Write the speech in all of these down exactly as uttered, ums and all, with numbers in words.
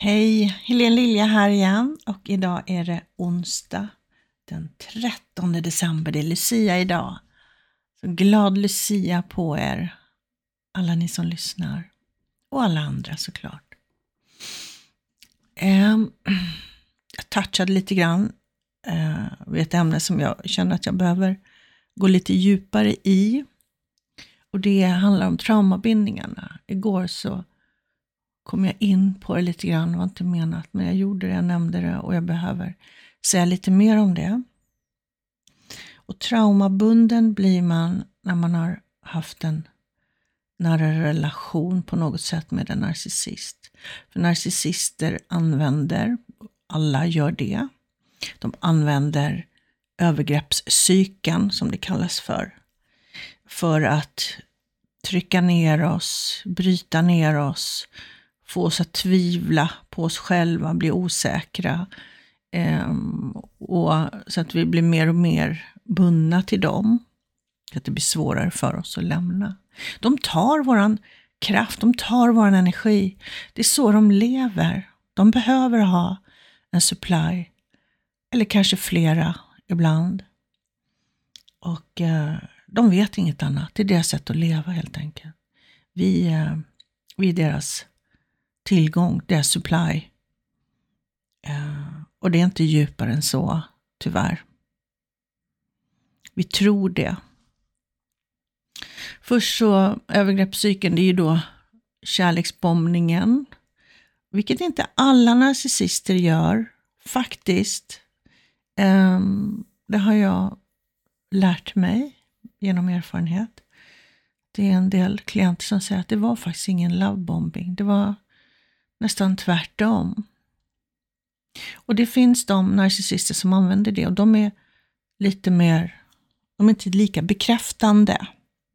Hej, Helene Lilja här igen och idag är det onsdag den trettonde december, det är Lucia idag. Så glad Lucia på er, alla ni som lyssnar och alla andra såklart. Um, jag touchade lite grann uh, vid ett ämne som jag känner att jag behöver gå lite djupare i och det handlar om traumabindningarna. Igår så kom jag in på det lite grann, det var inte menat, men jag gjorde det, jag nämnde det och jag behöver säga lite mer om det. Och traumabunden blir man när man har haft en nära relation på något sätt med en narcissist. För narcissister använder, alla gör det, de använder övergreppscykeln som det kallas för, för att trycka ner oss, bryta ner oss, få oss att tvivla på oss själva, bli osäkra. Um, och så att vi blir mer och mer bundna till dem. Så att det blir svårare för oss att lämna. De tar våran kraft, de tar våran energi. Det är så de lever. De behöver ha en supply. Eller kanske flera ibland. Och uh, de vet inget annat. Det är deras sätt att leva helt enkelt. Vi, uh, vi är deras tillgång, deras supply. Uh, och det är inte djupare än så, tyvärr. Vi tror det. Först så, övergreppscykeln, det är ju då kärleksbombningen. Vilket inte alla narcissister gör, faktiskt. Um, det har jag lärt mig genom erfarenhet. Det är en del klienter som säger att det var faktiskt ingen lovebombing. Det var nästan tvärtom. Och det finns de narcissister som använder det och de är lite mer, de är inte lika bekräftande.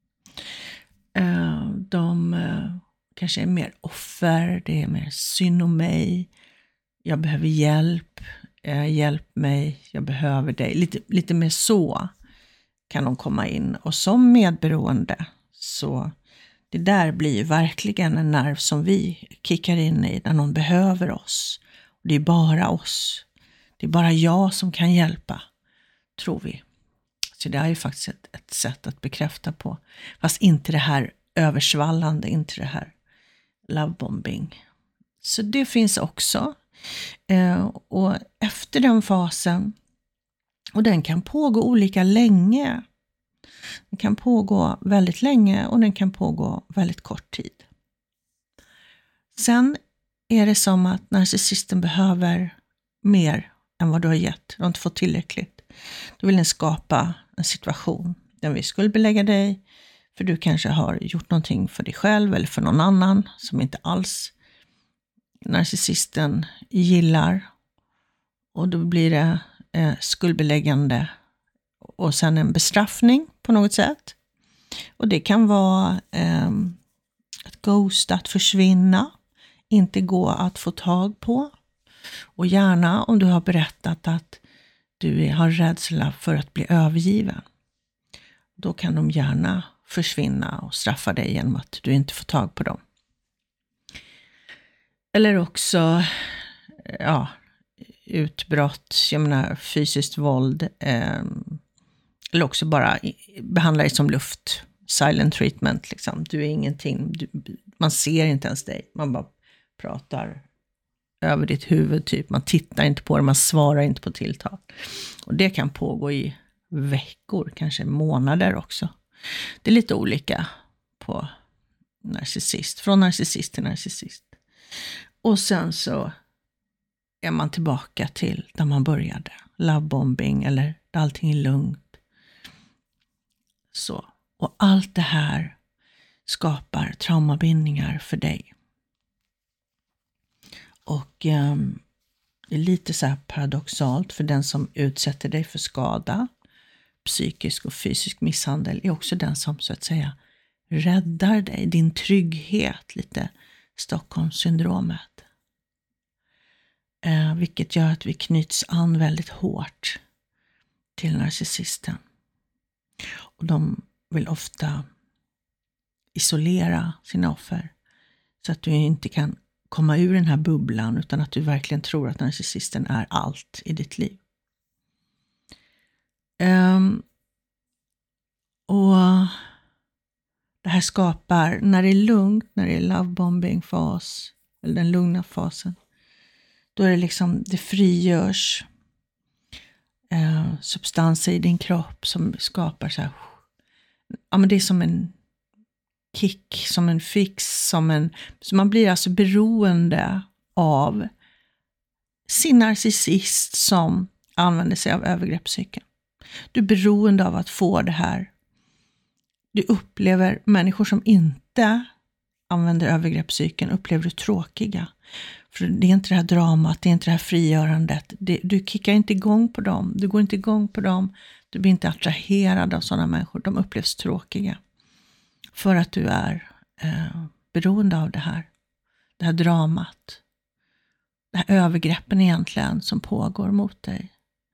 De kanske är mer offer, det är mer synd om mig, jag behöver hjälp, hjälp mig, jag behöver dig. Lite, lite mer så kan de komma in. Och som medberoende så det där blir verkligen en nerv som vi kickar in i när någon behöver oss. Det är bara oss. Det är bara jag som kan hjälpa, tror vi. Så det är ju faktiskt ett, ett sätt att bekräfta på. Fast inte det här översvallande, inte det här lovebombing. Så det finns också. Eh, och efter den fasen, och den kan pågå olika länge. Den kan pågå väldigt länge och den kan pågå väldigt kort tid. Sen är det som att narcissisten behöver mer än vad du har gett. Du har inte fått tillräckligt. Då vill den skapa en situation där vi skuldbelägga dig. För du kanske har gjort någonting för dig själv eller för någon annan som inte alls narcissisten gillar. Och då blir det eh, skuldbeläggande och sen en bestraffning på något sätt. Och det kan vara eh, att ghosta, att försvinna. Inte gå att få tag på. Och gärna om du har berättat att du har rädsla för att bli övergiven. Då kan de gärna försvinna och straffa dig genom att du inte får tag på dem. Eller också ja, utbrott, jag menar fysiskt våld. Eh, eller också bara behandla dig som luft. Silent treatment liksom. Du är ingenting, du, man ser inte ens dig. Man bara pratar över ditt huvud typ. Man tittar inte på det, man svarar inte på tilltal. Och det kan pågå i veckor, kanske månader också. Det är lite olika på narcissist. Från narcissist till narcissist. Och sen så är man tillbaka till där man började. Lovebombing eller där allting är lugnt. Så. Och allt det här skapar traumabindningar för dig. Och um, det är lite så här paradoxalt för den som utsätter dig för skada, psykisk och fysisk misshandel, är också den som så att säga räddar dig, din trygghet, lite Stockholmssyndromet. Eh, vilket gör att vi knyts an väldigt hårt till narcissisten. Och de vill ofta isolera sina offer så att du inte kan komma ur den här bubblan, utan att du verkligen tror att narcissisten är allt i ditt liv. Um, och det här skapar, när det är lugnt, när det är lovebombing-fas, eller den lugna fasen, då är det liksom, det frigörs uh, substanser i din kropp som skapar så här, ja men det är som en kick, som en fix, som en, så man blir alltså beroende av sin narcissist som använder sig av övergreppscykeln. Du är beroende av att få det här. Du upplever människor som inte använder övergreppscykeln, upplever du tråkiga. För det är inte det här dramat, det är inte det här frigörandet. Det, du kickar inte igång på dem, du går inte igång på dem, du blir inte attraherad av sådana människor. De upplevs tråkiga. För att du är eh, beroende av det här. Det här dramat. Det här övergreppen egentligen som pågår mot dig.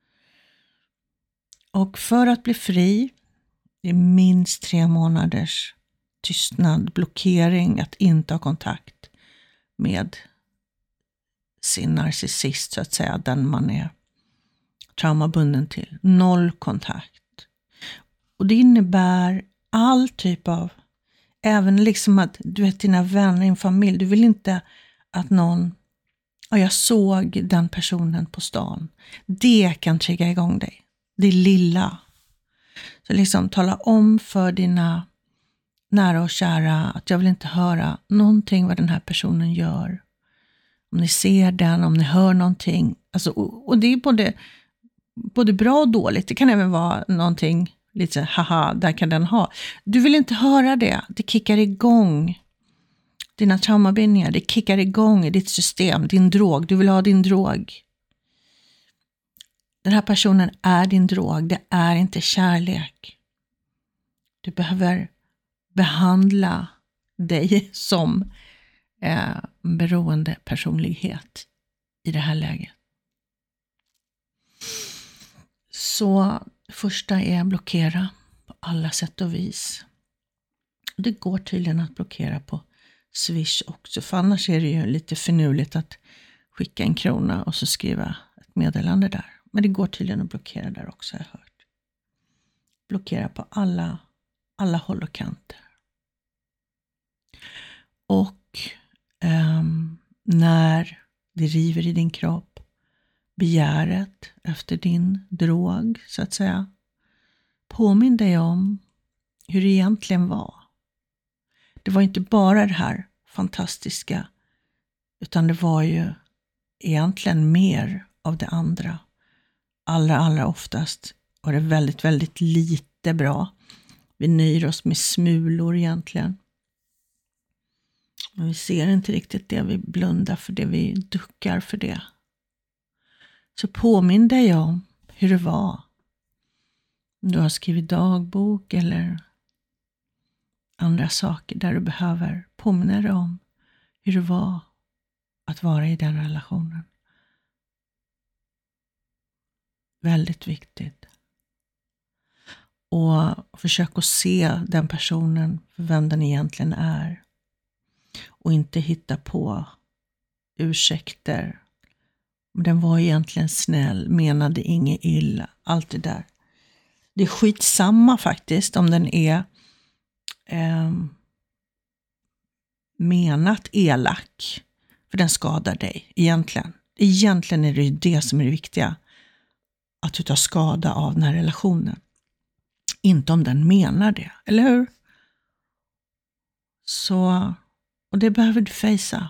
Och för att bli fri, det är minst tre månaders tystnad, blockering, att inte ha kontakt med sin narcissist, så att säga, den man är traumabunden till. Noll kontakt. Och det innebär all typ av, även liksom att du vet dina vänner i en familj, du vill inte att någon, ja jag såg den personen på stan. Det kan trigga igång dig. Det lilla. Så liksom tala om för dina nära och kära att jag vill inte höra någonting vad den här personen gör. Om ni ser den, om ni hör någonting. Alltså, och, och det är både, både bra och dåligt. Det kan även vara någonting lite så, haha, där kan den ha. Du vill inte höra det. Det kickar igång dina traumabindningar. Det kickar igång i ditt system, din drog. Du vill ha din drog. Den här personen är din drog. Det är inte kärlek. Du behöver behandla dig som eh, beroende personlighet i det här läget. Så första är att blockera på alla sätt och vis. Det går tydligen att blockera på Swish också. För annars är det ju lite finurligt att skicka en krona och så skriva ett meddelande där. Men det går tydligen att blockera där också, har jag hört. Blockera på alla, alla håll och kanter. Och um, när det river i din kropp, begäret efter din drog, så att säga, påminn dig om hur det egentligen var. Det var inte bara det här fantastiska, utan det var ju egentligen mer av det andra. Allra, allra oftast var det väldigt, väldigt lite bra. Vi nöjer oss med smulor egentligen. Men vi ser inte riktigt det, vi blundar för det, vi duckar för det. Så påminn dig om hur det var. Om du har skrivit dagbok eller andra saker där du behöver påminna dig om hur det var att vara i den relationen. Väldigt viktigt. Och försök att se den personen för vem den egentligen är. Och inte hitta på ursäkter. Den var egentligen snäll, menade inget illa. Allt det där. Det är skitsamma faktiskt om den är eh, menat elak. För den skadar dig egentligen. Egentligen är det ju det som är det viktiga. Att du tar skada av den här relationen. Inte om den menar det, eller hur? Så, och det behöver du fejsa.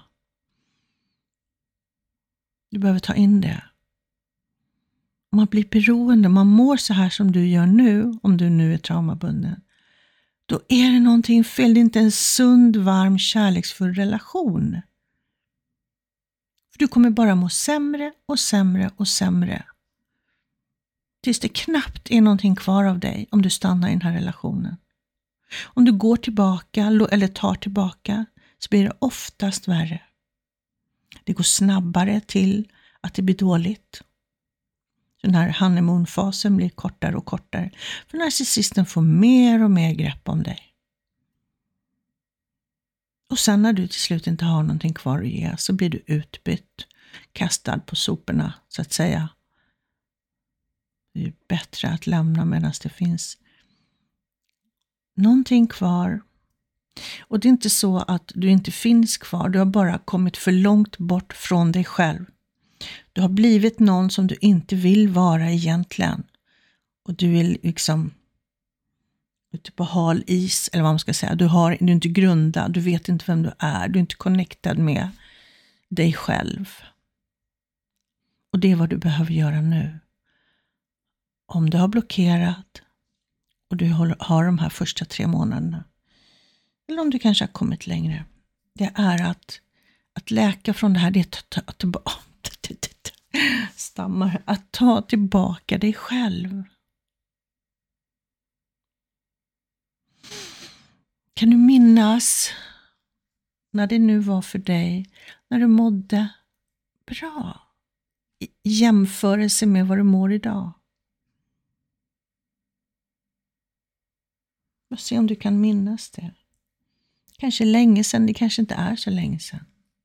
Du behöver ta in det. Om man blir beroende, man mår så här som du gör nu, om du nu är traumabunden, då är det någonting fel. Det är inte en sund, varm, kärleksfull relation. För du kommer bara må sämre och sämre och sämre. Tills det knappt är någonting kvar av dig om du stannar i den här relationen. Om du går tillbaka eller tar tillbaka så blir det oftast värre. Det går snabbare till att det blir dåligt. Den här honeymoon-fasen blir kortare och kortare. För narcissisten får mer och mer grepp om dig. Och sen när du till slut inte har någonting kvar att ge så blir du utbytt, kastad på soporna så att säga. Det är bättre att lämna medan det finns någonting kvar. Och det är inte så att du inte finns kvar, du har bara kommit för långt bort från dig själv. Du har blivit någon som du inte vill vara egentligen. Och du är liksom ute på hal is, eller vad man ska säga. Du, har, du är inte grundad, du vet inte vem du är, du är inte connectad med dig själv. Och det är vad du behöver göra nu. Om du har blockerat och du har de här första tre månaderna, eller om du kanske har kommit längre, det är att, att läka från det här, det är att ta tillbaka, stammar, att ta tillbaka dig själv. Kan du minnas när det nu var för dig, när du mådde bra i jämförelse med vad du mår idag? Och se om du kan minnas det. Kanske länge sedan, det kanske inte är så länge sedan.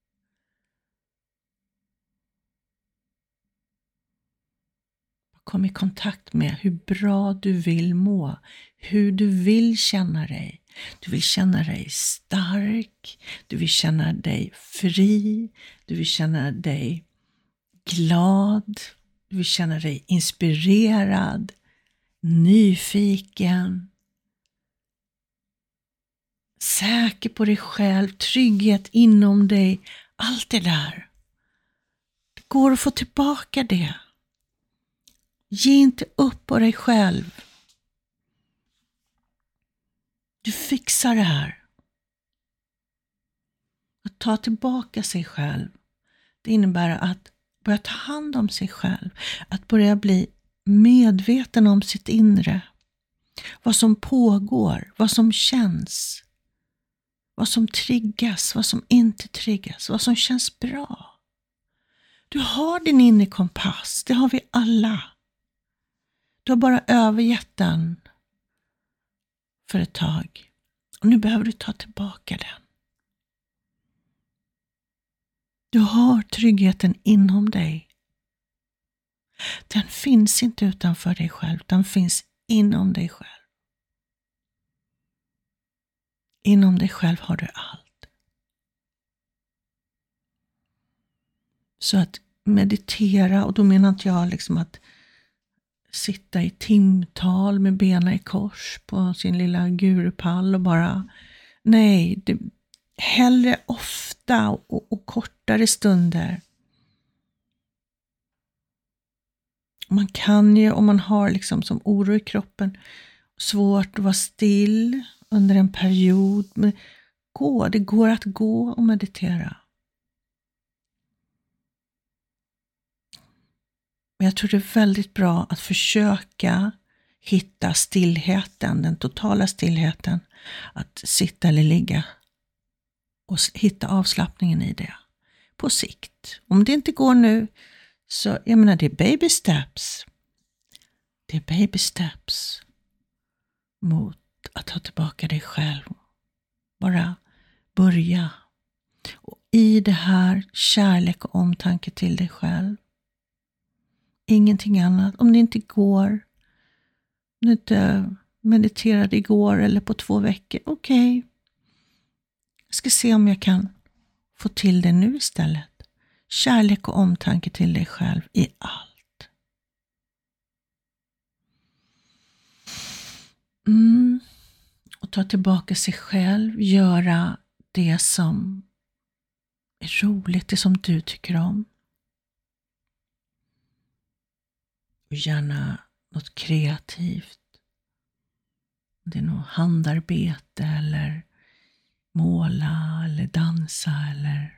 Kom i kontakt med hur bra du vill må, hur du vill känna dig. Du vill känna dig stark, du vill känna dig fri, du vill känna dig glad, du vill känna dig inspirerad, nyfiken, säker på dig själv, trygghet inom dig, allt det där. Det går att få tillbaka det. Ge inte upp på dig själv. Du fixar det här. Att ta tillbaka sig själv, det innebär att börja ta hand om sig själv. Att börja bli medveten om sitt inre. Vad som pågår, vad som känns. Vad som triggas, vad som inte triggas, vad som känns bra. Du har din inre kompass, det har vi alla. Du har bara övergett den för ett tag. Och nu behöver du ta tillbaka den. Du har tryggheten inom dig. Den finns inte utanför dig själv, den finns inom dig själv. Inom dig själv har du allt. Så att meditera, och då menar inte jag liksom att sitta i timtal med benen i kors på sin lilla gurupall och bara, nej, det, hellre ofta och, och kortare stunder. Man kan ju, om man har liksom som oro i kroppen, svårt att vara still under en period, men gå, det går att gå och meditera. Men jag tror det är väldigt bra att försöka hitta stillheten, den totala stillheten, att sitta eller ligga och hitta avslappningen i det på sikt. Om det inte går nu, så jag menar, det är baby steps. Det är baby steps mot att ta tillbaka dig själv. Bara börja. Och i det här, kärlek och omtanke till dig själv. Ingenting annat. Om det inte går, om du inte mediterade igår eller på två veckor, okej. Okay. Jag ska se om jag kan få till det nu istället. Kärlek och omtanke till dig själv i allt. Mm. Och ta tillbaka sig själv, göra det som är roligt, det som du tycker om. Och gärna något kreativt. Det är något handarbete eller måla eller dansa eller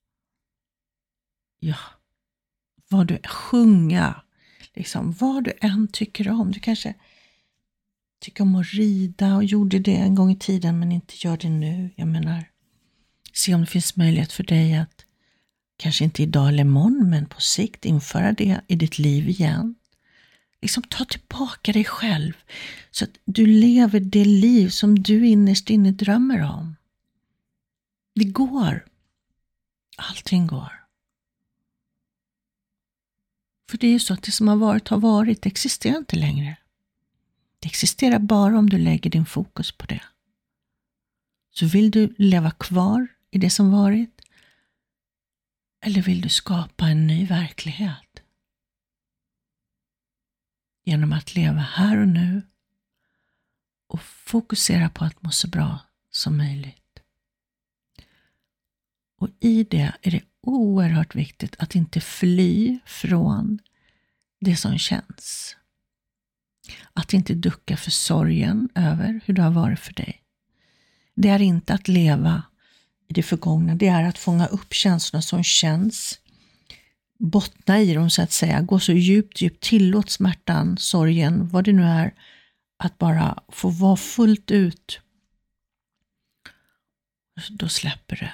ja, vad du sjunga, liksom vad du än tycker om. Du kanske tycker om att rida och gjorde det en gång i tiden men inte gör det nu. Jag menar, se om det finns möjlighet för dig att kanske inte idag eller imorgon, men på sikt införa det i ditt liv igen. Liksom ta tillbaka dig själv så att du lever det liv som du innerst inne drömmer om. Det går. Allting går. För det är ju så att det som har varit har varit, det existerar inte längre. Det existerar bara om du lägger din fokus på det. Så vill du leva kvar i det som varit? Eller vill du skapa en ny verklighet? Genom att leva här och nu och fokusera på att må så bra som möjligt. Och i det är det oerhört viktigt att inte fly från det som känns. Att inte ducka för sorgen över hur det har varit för dig. Det är inte att leva i det förgångna. Det är att fånga upp känslorna som känns. Bottna i dem så att säga. Gå så djupt, djupt. Tillåt smärtan, sorgen, vad det nu är. Att bara få vara fullt ut. Då släpper det.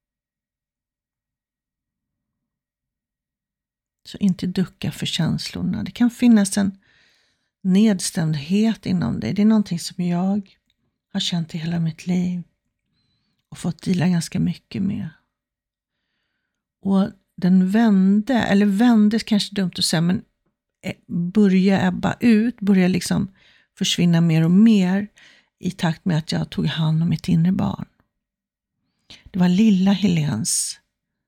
Så inte ducka för känslorna. Det kan finnas en nedstämdhet inom dig. Det är någonting som jag har känt i hela mitt liv. Och fått dela ganska mycket med. Och den vände, eller vändes kanske dumt att säga, men börja ebba ut, börja liksom försvinna mer och mer i takt med att jag tog hand om mitt inre barn. Det var lilla Helens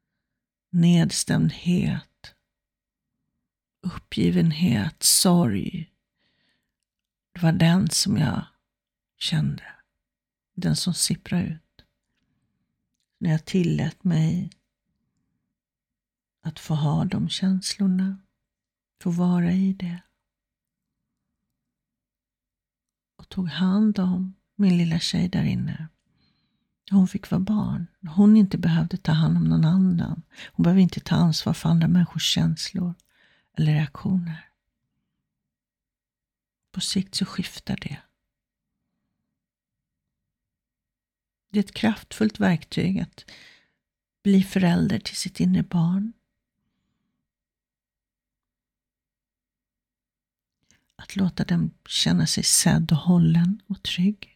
nedstämdhet, uppgivenhet, sorg. Det var den som jag kände. Den som sipprade ut. När jag tillät mig att få ha de känslorna. Få vara i det. Och tog hand om min lilla tjej där inne. Hon fick vara barn. Hon inte behövde ta hand om någon annan. Hon behövde inte ta ansvar för andra människors känslor eller reaktioner. På sikt så skiftar det. Det är ett kraftfullt verktyg att bli förälder till sitt inre barn. Att låta dem känna sig sedd och hållen och trygg.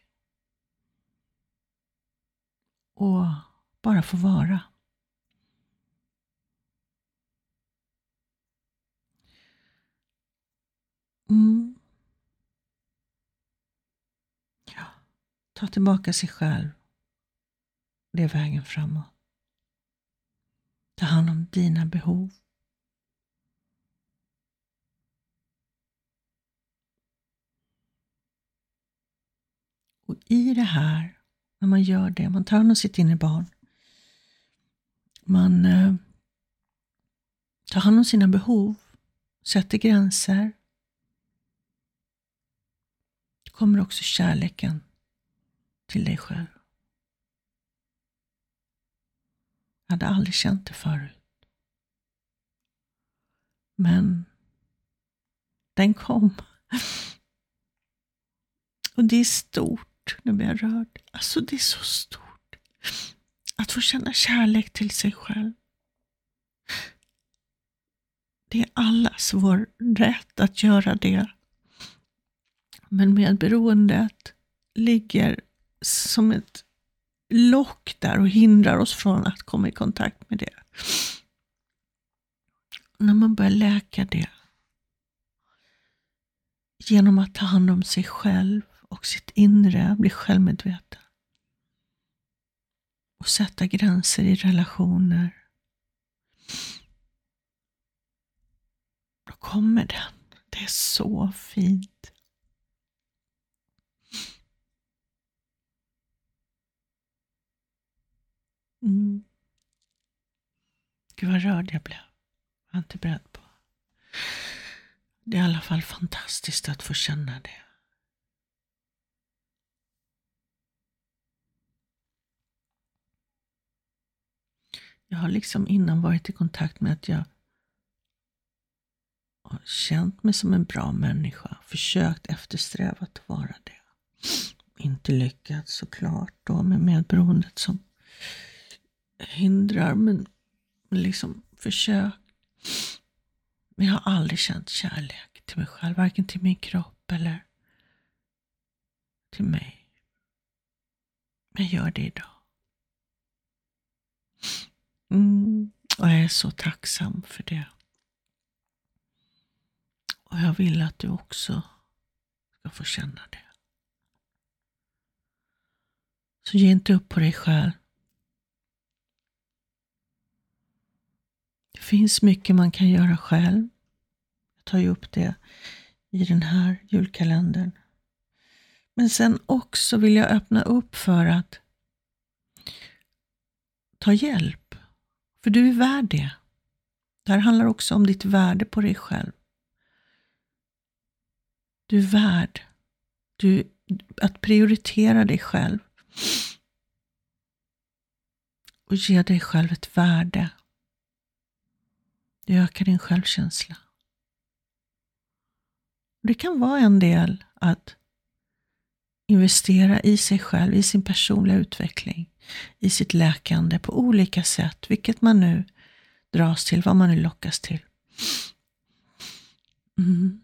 Och bara få vara. Mm. Ja. Ta tillbaka sig själv. Det är vägen framåt. Ta hand om dina behov. Och i det här, när man gör det, man tar hand om sitt inre barn. Man eh, tar hand om sina behov, sätter gränser. Kommer också kärleken till dig själv. Jag hade aldrig känt det förut. Men den kom. Och det är stort, nu blir jag rörd. Alltså det är så stort. Att få känna kärlek till sig själv. Det är allas vår rätt att göra det. Men medberoendet ligger som ett lock där och hindrar oss från att komma i kontakt med det. När man börjar läka det genom att ta hand om sig själv och sitt inre, bli självmedveten och sätta gränser i relationer, då kommer den. Det är så fint. Mm. Gud vad rörd jag blev. Jag var inte beredd på. Det är i alla fall fantastiskt att få känna det. Jag har liksom innan varit i kontakt med att jag har känt mig som en bra människa. Försökt eftersträva att vara det. Inte lyckats såklart då med medberoendet som hindrar, men liksom försök. Men jag har aldrig känt kärlek till mig själv, varken till min kropp eller till mig. Men jag gör det idag. Mm. Och jag är så tacksam för det. Och jag vill att du också ska få känna det. Så ge inte upp på dig själv. Det finns mycket man kan göra själv. Jag tar ju upp det i den här julkalendern. Men sen också vill jag öppna upp för att ta hjälp. För du är värd det. Det här handlar också om ditt värde på dig själv. Du är värd du, att prioritera dig själv. Och ge dig själv ett värde. Det ökar din självkänsla. Det kan vara en del att investera i sig själv, i sin personliga utveckling, i sitt läkande på olika sätt, vilket man nu dras till, vad man nu lockas till. Mm.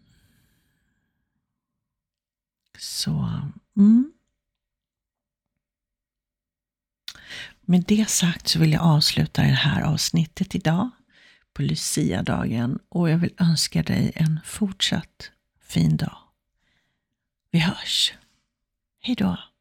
Så, mm. Med det sagt så vill jag avsluta det här avsnittet idag på Lucia-dagen och jag vill önska dig en fortsatt fin dag. Vi hörs. Hej då.